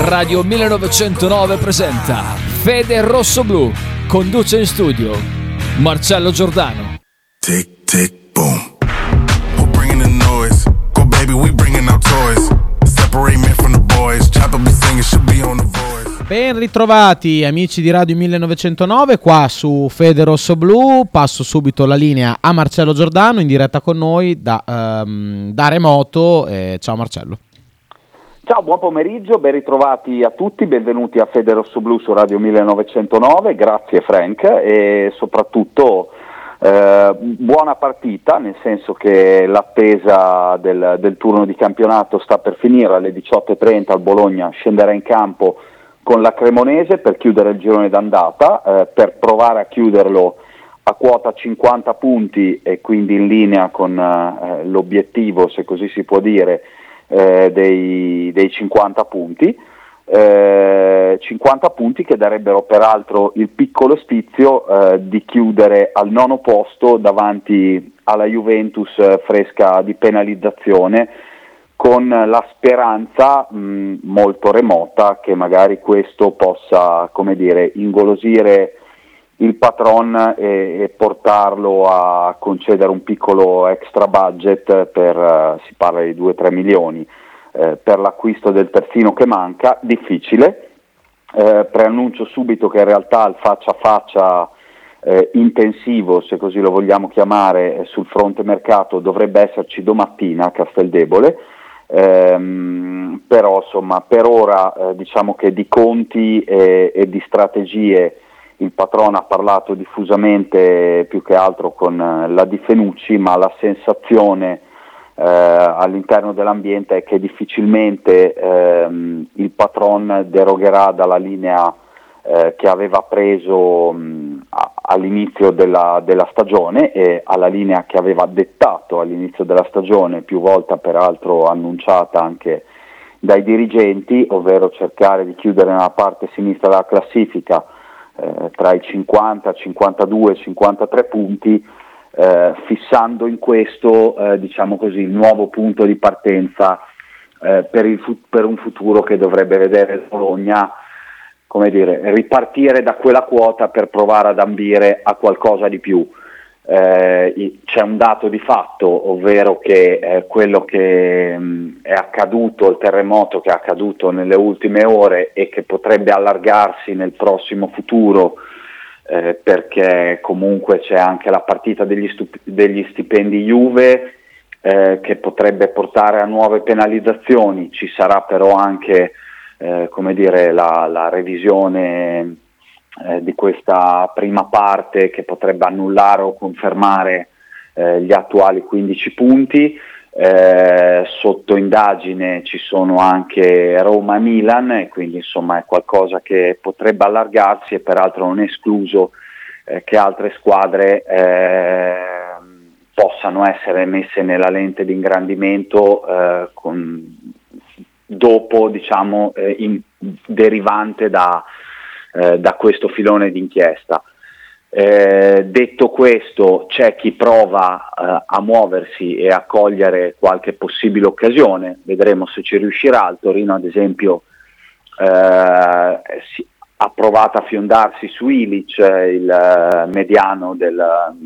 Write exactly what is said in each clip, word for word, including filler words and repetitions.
Radio millenovecentonove presenta Fede Rossoblu. Conduce in studio Marcello Giordano. Tick, tick, boom. We're bringing the noise. Go baby, we bringing our toys. Separate me from the boys. Chopper be singing, should be on the voice. Ben ritrovati amici di Radio millenovecentonove, qua su Fede Rossoblu. Passo subito la linea a Marcello Giordano in diretta con noi da, um, da remoto. Eh, ciao Marcello. Ciao, buon pomeriggio, ben ritrovati a tutti, benvenuti a Fede Rossoblu su Radio millenovecentonove, grazie Frank e soprattutto eh, buona partita, nel senso che l'attesa del, del turno di campionato sta per finire. Alle diciotto e trenta il Bologna scenderà in campo con la Cremonese per chiudere il girone d'andata, eh, per provare a chiuderlo a quota cinquanta punti e quindi in linea con eh, l'obiettivo, se così si può dire, Eh, dei, dei cinquanta punti, eh, cinquanta punti che darebbero peraltro il piccolo stizio eh, di chiudere al nono posto davanti alla Juventus eh, fresca di penalizzazione, con la speranza mh, molto remota che magari questo possa, come dire, ingolosire il patron e, e portarlo a concedere un piccolo extra budget per, uh, si parla di due tre milioni, eh, per l'acquisto del terzino che manca, difficile. Eh, preannuncio subito che in realtà il faccia a faccia eh, intensivo, se così lo vogliamo chiamare, sul fronte mercato dovrebbe esserci domattina a Casteldebole, ehm, però insomma per ora eh, diciamo che di conti e, e di strategie il patrono ha parlato diffusamente più che altro con la Di Fenucci, ma la sensazione eh, all'interno dell'ambiente è che difficilmente ehm, il patron derogherà dalla linea eh, che aveva preso mh, a, all'inizio della, della stagione e alla linea che aveva dettato all'inizio della stagione, più volte peraltro annunciata anche dai dirigenti, ovvero cercare di chiudere nella parte sinistra della classifica Eh, tra i cinquanta, cinquantadue, cinquantatré punti, eh, fissando in questo eh, diciamo così il nuovo punto di partenza eh, per, il fu- per un futuro che dovrebbe vedere il Bologna, come dire, ripartire da quella quota per provare ad ambire a qualcosa di più. Eh, c'è un dato di fatto, ovvero che eh, quello che mh, è accaduto, il terremoto che è accaduto nelle ultime ore e che potrebbe allargarsi nel prossimo futuro, eh, perché comunque c'è anche la partita degli, stup- degli stipendi Juve eh, che potrebbe portare a nuove penalizzazioni. Ci sarà però anche eh, come dire, la, la revisione Eh, di questa prima parte che potrebbe annullare o confermare eh, gli attuali quindici punti. Eh, sotto indagine ci sono anche Roma e Milan e quindi insomma è qualcosa che potrebbe allargarsi e peraltro non è escluso eh, che altre squadre eh, possano essere messe nella lente di ingrandimento eh, con, dopo diciamo eh, in, derivante da Eh, da questo filone d'inchiesta. Eh, detto questo, c'è chi prova eh, a muoversi e a cogliere qualche possibile occasione, vedremo se ci riuscirà. Il Torino ad esempio eh, si, ha provato a fiondarsi su Ilic, il eh, mediano del,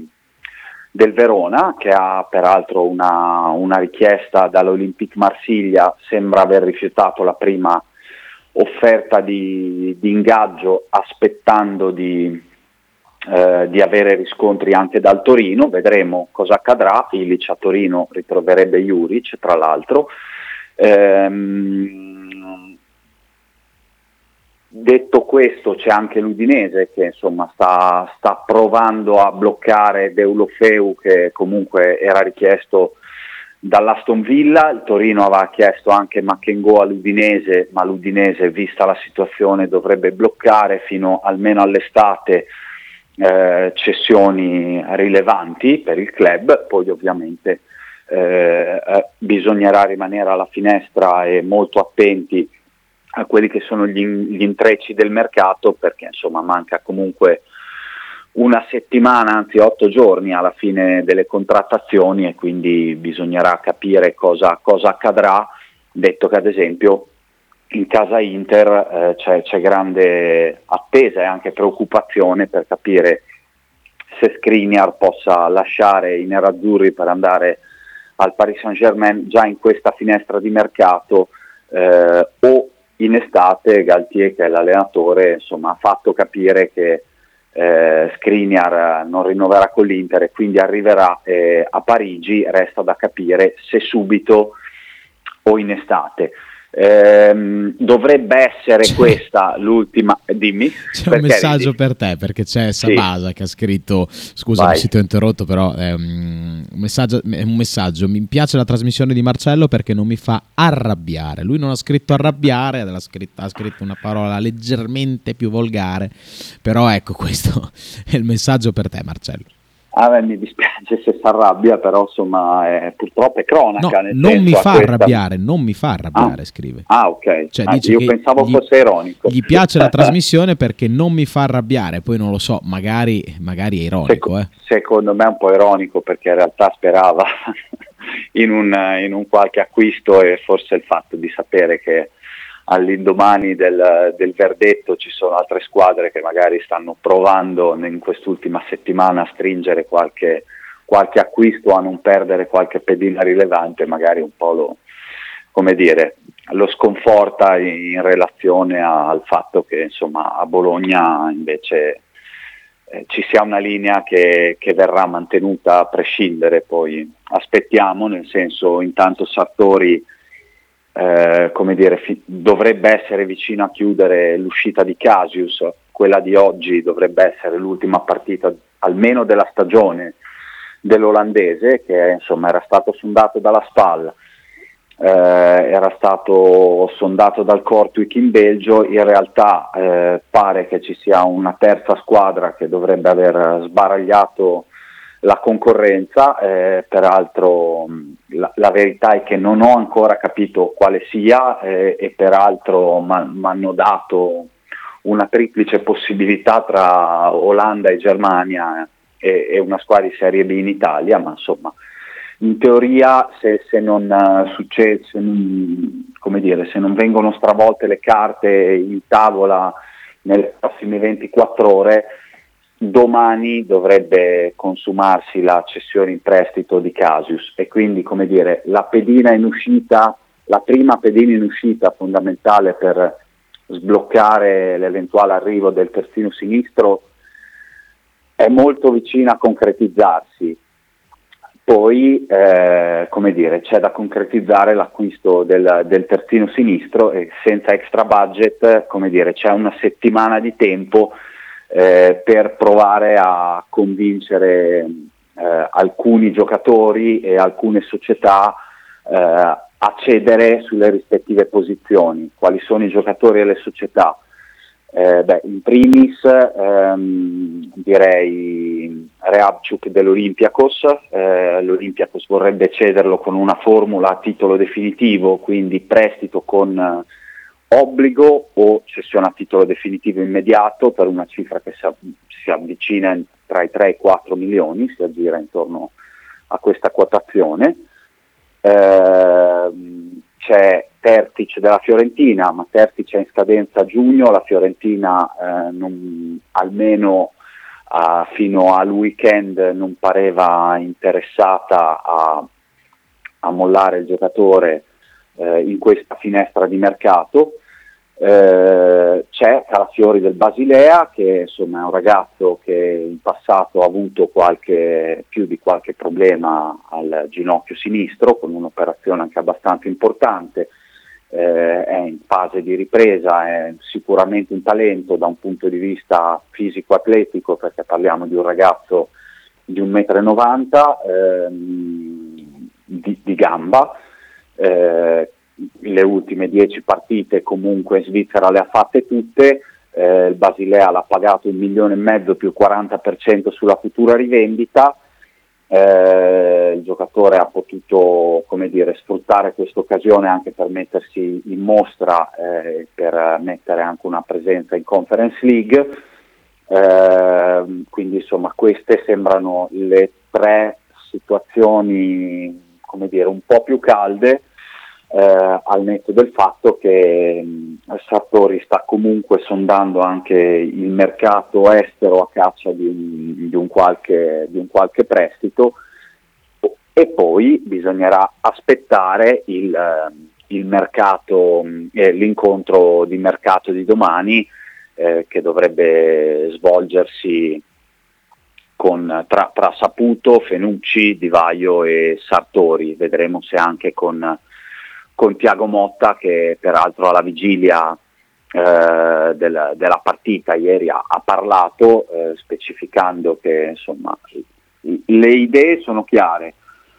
del Verona, che ha peraltro una, una richiesta dall'Olympique Marsiglia, sembra aver rifiutato la prima offerta di, di ingaggio aspettando di, eh, di avere riscontri anche dal Torino. Vedremo cosa accadrà. Ilic a Torino ritroverebbe Juric tra l'altro. Ehm, detto questo, c'è anche l'Udinese che insomma sta, sta provando a bloccare Deulofeu, che comunque era richiesto dall'Aston Villa. Il Torino aveva chiesto anche Makengo all'Udinese, ma l'Udinese, vista la situazione, dovrebbe bloccare fino almeno all'estate eh, cessioni rilevanti per il club. Poi ovviamente eh, eh, bisognerà rimanere alla finestra e molto attenti a quelli che sono gli, gli intrecci del mercato, perché insomma manca comunque una settimana, anzi otto giorni alla fine delle contrattazioni e quindi bisognerà capire cosa, cosa accadrà, detto che ad esempio in casa Inter eh, c'è, c'è grande attesa e anche preoccupazione per capire se Skriniar possa lasciare i nerazzurri per andare al Paris Saint-Germain già in questa finestra di mercato, eh, o in estate Galtier, che è l'allenatore, insomma, ha fatto capire che eh, Skriniar non rinnoverà con l'Inter e quindi arriverà eh, a Parigi. Resta da capire se subito o in estate. Ehm, dovrebbe essere c'è, questa l'ultima. Dimmi. C'è un messaggio ridi? Per te, perché c'è Sabasa sì. che ha scritto: scusa se ti ho interrotto, però è um, un, messaggio, è un messaggio. Mi piace la trasmissione di Marcello perché non mi fa arrabbiare. Lui non ha scritto arrabbiare, ha scritto, ha scritto una parola leggermente più volgare. Però ecco, questo è il messaggio per te, Marcello. Ah, beh, mi dispiace se si arrabbia, però insomma è, purtroppo è cronaca. No, nel non senso, mi fa questa... arrabbiare, non mi fa arrabbiare, ah. scrive. Ah, ok. Cioè, ah, dice io che pensavo gli, fosse ironico. Gli piace la trasmissione perché non mi fa arrabbiare, poi non lo so, magari, magari è ironico. Sec- eh. Secondo me è un po' ironico, perché in realtà sperava in, un, in un qualche acquisto, e forse il fatto di sapere che all'indomani del, del verdetto ci sono altre squadre che magari stanno provando in quest'ultima settimana a stringere qualche qualche acquisto, a non perdere qualche pedina rilevante, magari un po' lo, come dire, lo sconforta in, in relazione a, al fatto che insomma a Bologna invece eh, ci sia una linea che, che verrà mantenuta a prescindere. Poi aspettiamo, nel senso, intanto Sartori eh, come dire, fi- dovrebbe essere vicino a chiudere l'uscita di Casius. Quella di oggi dovrebbe essere l'ultima partita almeno della stagione dell'olandese, che insomma era stato sondato dalla Spal, eh, era stato sondato dal Kortrijk in Belgio. In realtà eh, pare che ci sia una terza squadra che dovrebbe aver sbaragliato la concorrenza, eh, peraltro la, la verità è che non ho ancora capito quale sia, eh, e peraltro mi hanno dato una triplice possibilità tra Olanda e Germania e una squadra di Serie B in Italia, ma insomma in teoria se, se non uh, succede, se non, come dire, se non vengono stravolte le carte in tavola nelle prossime ventiquattro ore, domani dovrebbe consumarsi la cessione in prestito di Casius, e quindi, come dire, la pedina in uscita, la prima pedina in uscita fondamentale per sbloccare l'eventuale arrivo del terzino sinistro è molto vicina a concretizzarsi. Poi eh, come dire, c'è da concretizzare l'acquisto del, del terzino sinistro, e senza extra budget, come dire, c'è una settimana di tempo eh, per provare a convincere eh, alcuni giocatori e alcune società eh, a cedere sulle rispettive posizioni. Quali sono i giocatori e le società? Eh, beh, in primis ehm, direi Reabciuk dell'Olympiakos. eh, l'Olympiakos vorrebbe cederlo con una formula a titolo definitivo, quindi prestito con eh, obbligo o cessione a titolo definitivo immediato, per una cifra che si, si avvicina tra i tre e i quattro milioni, si aggira intorno a questa quotazione. Eh, c'è Tertic della Fiorentina, ma Tertic è in scadenza a giugno. La Fiorentina eh, non, almeno uh, fino al weekend non pareva interessata a, a mollare il giocatore eh, in questa finestra di mercato. Eh, c'è Calafiori del Basilea, che insomma è un ragazzo che in passato ha avuto qualche, più di qualche problema al ginocchio sinistro, con un'operazione anche abbastanza importante. Eh, è in fase di ripresa, è sicuramente un talento da un punto di vista fisico-atletico, perché parliamo di un ragazzo di un metro e novanta ehm, di, di gamba. Eh, le ultime dieci partite comunque in Svizzera le ha fatte tutte. Eh, il Basilea l'ha pagato un milione e mezzo più il quaranta per cento sulla futura rivendita. Eh, il giocatore ha potuto, come dire, sfruttare questa occasione anche per mettersi in mostra, eh, per mettere anche una presenza in Conference League. Eh, quindi insomma queste sembrano le tre situazioni, come dire, un po' più calde. eh, al netto del fatto che mh, Sartori sta comunque sondando anche il mercato estero a caccia di un, di un, qualche, di un qualche prestito, e poi bisognerà aspettare il, il mercato, eh, l'incontro di mercato di domani, eh, che dovrebbe svolgersi con, tra, tra Saputo, Fenucci, Di Vaio e Sartori. Vedremo se anche con, con Thiago Motta, che peraltro alla vigilia eh, del, della partita ieri ha, ha parlato, eh, specificando che insomma le idee sono chiare.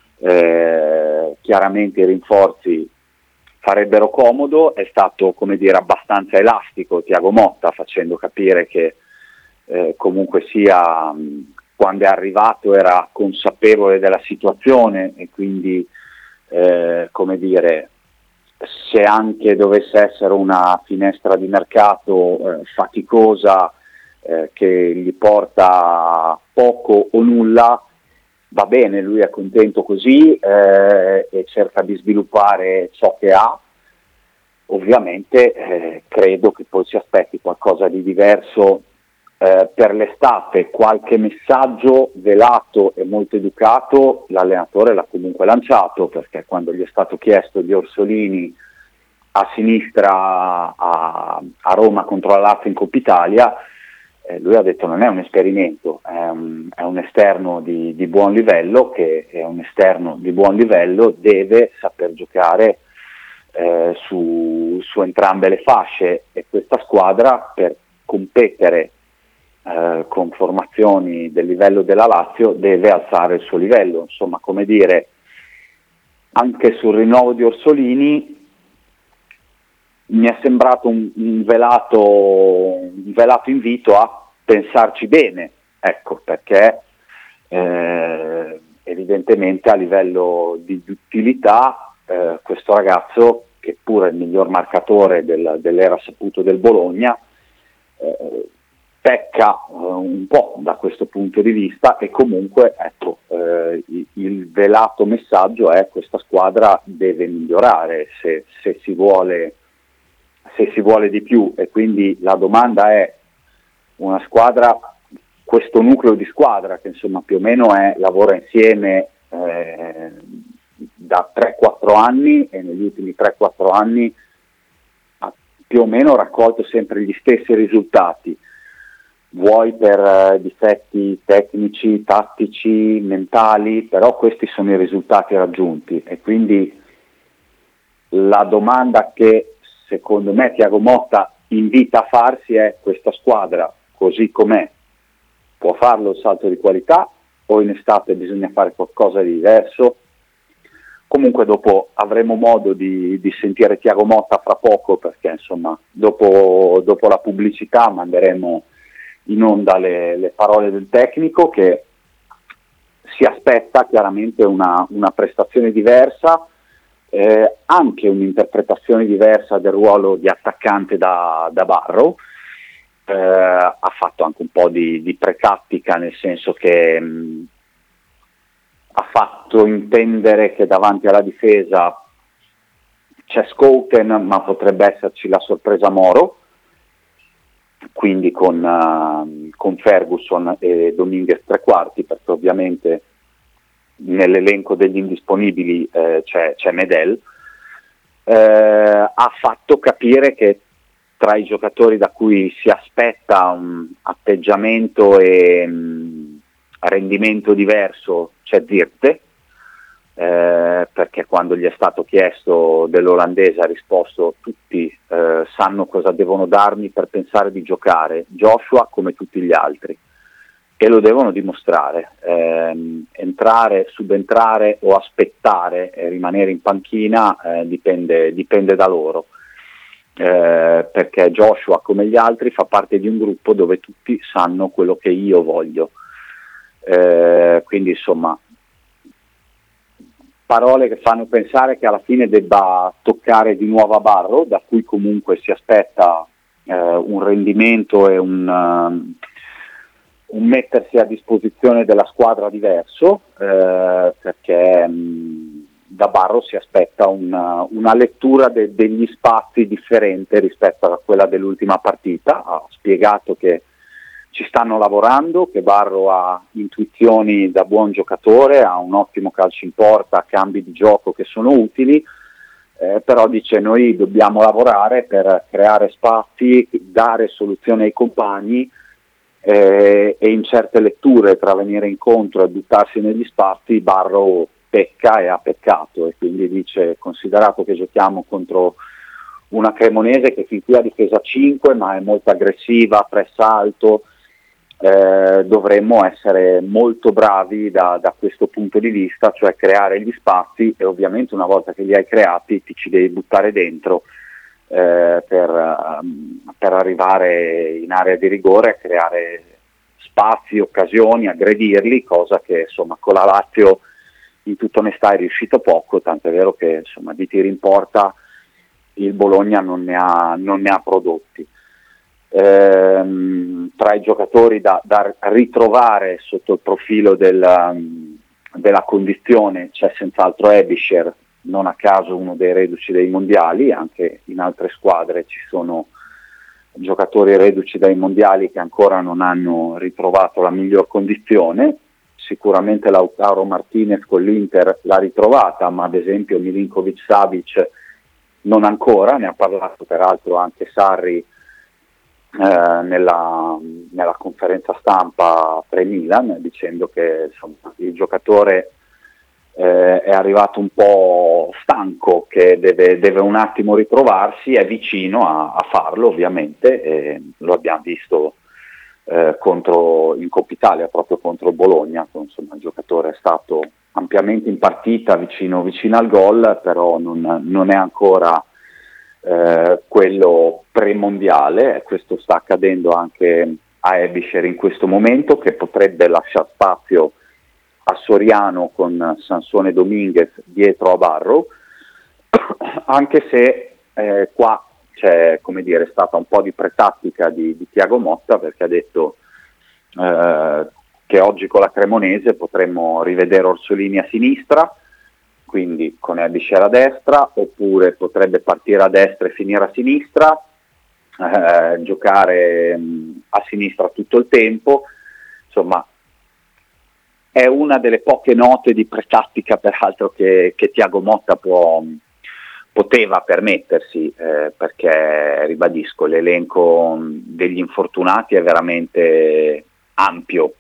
Eh, chiaramente i rinforzi farebbero comodo. È stato, come dire, abbastanza elastico Thiago Motta, facendo capire che eh, comunque sia mh, quando è arrivato era consapevole della situazione, e quindi eh, come dire, se anche dovesse essere una finestra di mercato eh, faticosa, eh, che gli porta poco o nulla, va bene, lui è contento così, eh, e cerca di sviluppare ciò che ha. Ovviamente eh, credo che poi si aspetti qualcosa di diverso eh, per l'estate. Qualche messaggio velato e molto educato l'allenatore l'ha comunque lanciato, perché quando gli è stato chiesto di Orsolini a sinistra a, a Roma contro la Lazio in Coppa Italia, Eh, lui ha detto non è un esperimento, è un, è un esterno di, di buon livello, che è un esterno di buon livello, deve saper giocare eh, su, su entrambe le fasce, e questa squadra per competere eh, con formazioni del livello della Lazio deve alzare il suo livello. Insomma, come dire, anche sul rinnovo di Orsolini mi è sembrato un, un, velato, un velato invito a pensarci bene, ecco, perché eh, evidentemente a livello di utilità eh, questo ragazzo, che pure è il miglior marcatore del, dell'era Saputo del Bologna, eh, pecca eh, un po' da questo punto di vista, e comunque ecco, eh, il, il velato messaggio è: questa squadra deve migliorare se, se si vuole se si vuole di più. E quindi la domanda è: una squadra, questo nucleo di squadra che insomma più o meno è, lavora insieme eh, da tre quattro anni, e negli ultimi tre quattro anni ha più o meno raccolto sempre gli stessi risultati, vuoi per eh, difetti tecnici, tattici, mentali, però questi sono i risultati raggiunti. E quindi la domanda che secondo me Thiago Motta invita a farsi è: questa squadra così com'è può farlo il salto di qualità, o in estate bisogna fare qualcosa di diverso? Comunque dopo avremo modo di, di sentire Thiago Motta fra poco, perché insomma dopo, dopo la pubblicità manderemo in onda le, le parole del tecnico, che si aspetta chiaramente una, una prestazione diversa, Eh, anche un'interpretazione diversa del ruolo di attaccante da, da Barrow. Eh, ha fatto anche un po' di, di pretattica, nel senso che mh, ha fatto intendere che davanti alla difesa c'è Schouten, ma potrebbe esserci la sorpresa Moro, quindi con, uh, con Ferguson e Dominguez tre quarti, perché ovviamente nell'elenco degli indisponibili eh, c'è, c'è Medel. Eh, ha fatto capire che tra i giocatori da cui si aspetta un atteggiamento e um, rendimento diverso c'è Zirte, eh, perché quando gli è stato chiesto dell'olandese ha risposto: tutti eh, sanno cosa devono darmi per pensare di giocare, Joshua come tutti gli altri, e lo devono dimostrare. Eh, entrare, subentrare o aspettare e rimanere in panchina eh, dipende, dipende da loro, eh, perché Joshua come gli altri fa parte di un gruppo dove tutti sanno quello che io voglio. Eh, quindi insomma parole che fanno pensare che alla fine debba toccare di nuovo a Barrow, da cui comunque si aspetta eh, un rendimento e un... Um, un mettersi a disposizione della squadra diverso, eh, perché mh, da Barro si aspetta una, una lettura de, degli spazi differente rispetto a quella dell'ultima partita. Ha spiegato che ci stanno lavorando, che Barro ha intuizioni da buon giocatore, ha un ottimo calcio in porta, cambi di gioco che sono utili, eh, però dice noi dobbiamo lavorare per creare spazi, dare soluzioni ai compagni, eh, e in certe letture tra venire incontro e buttarsi negli spazi Barro pecca e ha peccato, e quindi dice, considerato che giochiamo contro una Cremonese che fin qui ha difesa cinque ma è molto aggressiva, pressa alto, eh, dovremmo essere molto bravi da, da questo punto di vista, cioè creare gli spazi, e ovviamente una volta che li hai creati ti ci devi buttare dentro eh, per, um, per arrivare in area di rigore a creare spazi, occasioni, aggredirli, cosa che insomma con la Lazio in tutta onestà è riuscito poco, tanto è vero che insomma di tiri in porta il Bologna non ne ha, non ne ha prodotti. Ehm, tra i giocatori da, da ritrovare sotto il profilo del, della condizione c'è senz'altro Ebischer, non a caso uno dei reduci dei mondiali, anche in altre squadre ci sono giocatori reduci dai mondiali che ancora non hanno ritrovato la miglior condizione. Sicuramente Lautaro Martinez con l'Inter l'ha ritrovata, ma ad esempio Milinkovic-Savic non ancora, ne ha parlato peraltro anche Sarri eh, nella, nella conferenza stampa pre-Milan, dicendo che insomma, il giocatore eh, è arrivato un po' stanco, che deve, deve un attimo ritrovarsi, è vicino a, a farlo ovviamente, e lo abbiamo visto Eh, contro, in Coppa Italia, proprio contro il Bologna. Insomma, il giocatore è stato ampiamente in partita, vicino, vicino al gol, però non, non è ancora eh, quello premondiale. Questo sta accadendo anche a Ebischer in questo momento, che potrebbe lasciare spazio a Soriano con Sansone Dominguez dietro a Barro, anche se eh, qua c'è, come dire, è stata un po' di pretattica di, di Thiago Motta, perché ha detto eh, che oggi con la Cremonese potremmo rivedere Orsolini a sinistra, quindi con Ebischer a destra, oppure potrebbe partire a destra e finire a sinistra, eh, giocare mh, a sinistra tutto il tempo. Insomma, è una delle poche note di pretattica peraltro che, che Thiago Motta può poteva permettersi, eh, perché ribadisco, l'elenco degli infortunati è veramente ampio,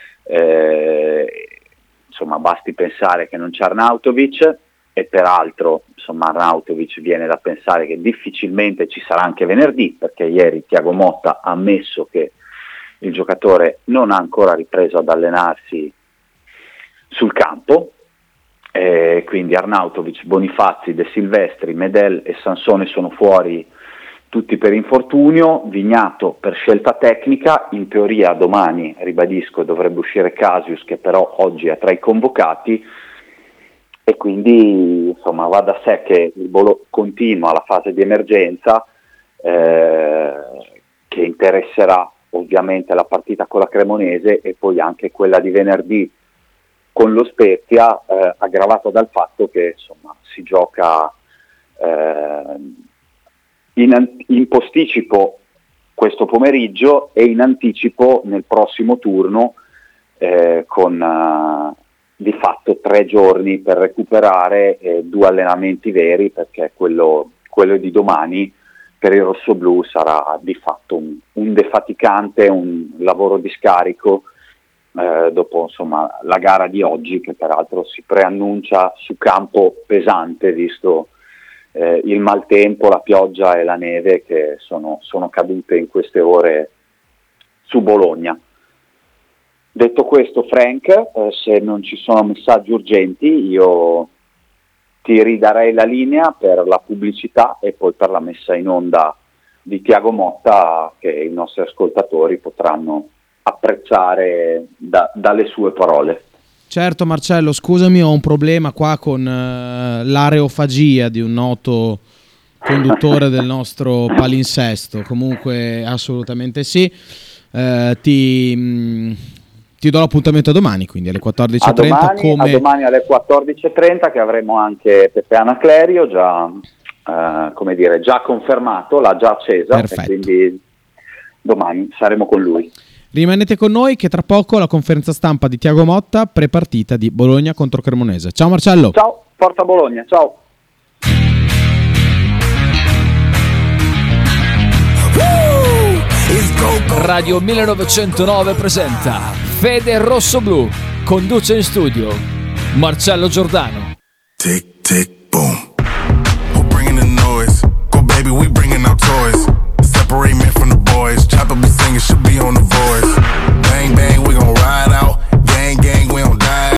eh, insomma basti pensare che non c'è Arnautovic, e peraltro insomma Arnautovic viene da pensare che difficilmente ci sarà anche venerdì, perché ieri Thiago Motta ha ammesso che il giocatore non ha ancora ripreso ad allenarsi sul campo. Eh, quindi Arnautovic, Bonifazzi, De Silvestri, Medel e Sansone sono fuori tutti per infortunio, Vignato per scelta tecnica. In teoria domani, ribadisco, dovrebbe uscire Casius, che però oggi è tra i convocati, e quindi insomma va da sé che il Bologna continua la fase di emergenza, eh, che interesserà ovviamente la partita con la Cremonese e poi anche quella di venerdì con lo Spezia, eh, aggravato dal fatto che insomma si gioca eh, in, in posticipo questo pomeriggio e in anticipo nel prossimo turno, eh, con eh, di fatto tre giorni per recuperare, eh, due allenamenti veri, perché quello, quello di domani per il rossoblù sarà di fatto un, un defaticante, un lavoro di scarico, Eh, dopo insomma la gara di oggi, che peraltro si preannuncia su campo pesante, visto eh, il maltempo, la pioggia e la neve che sono, sono cadute in queste ore su Bologna. Detto questo, Frank, eh, se non ci sono messaggi urgenti io ti ridarei la linea per la pubblicità e poi per la messa in onda di Thiago Motta, che i nostri ascoltatori potranno apprezzare da, dalle sue parole. Certo Marcello, scusami, ho un problema qua con uh, l'areofagia di un noto conduttore del nostro palinsesto. Comunque assolutamente sì. Uh, ti, mh, ti do l'appuntamento domani, quindi alle quattordici e A trenta. domani, come... a domani alle quattordici e trenta, che avremo anche Peppe Anaclerio, già, eh, come dire, già confermato, l'ha già accesa, Perfetto. e quindi domani saremo con lui. Rimanete con noi che tra poco la conferenza stampa di Thiago Motta pre-partita di Bologna contro Cremonese. Ciao Marcello. Ciao, forza Bologna, ciao. Radio millenovecentonove presenta Fede Rossoblu. Conduce in studio Marcello Giordano. Tick, tick, boom.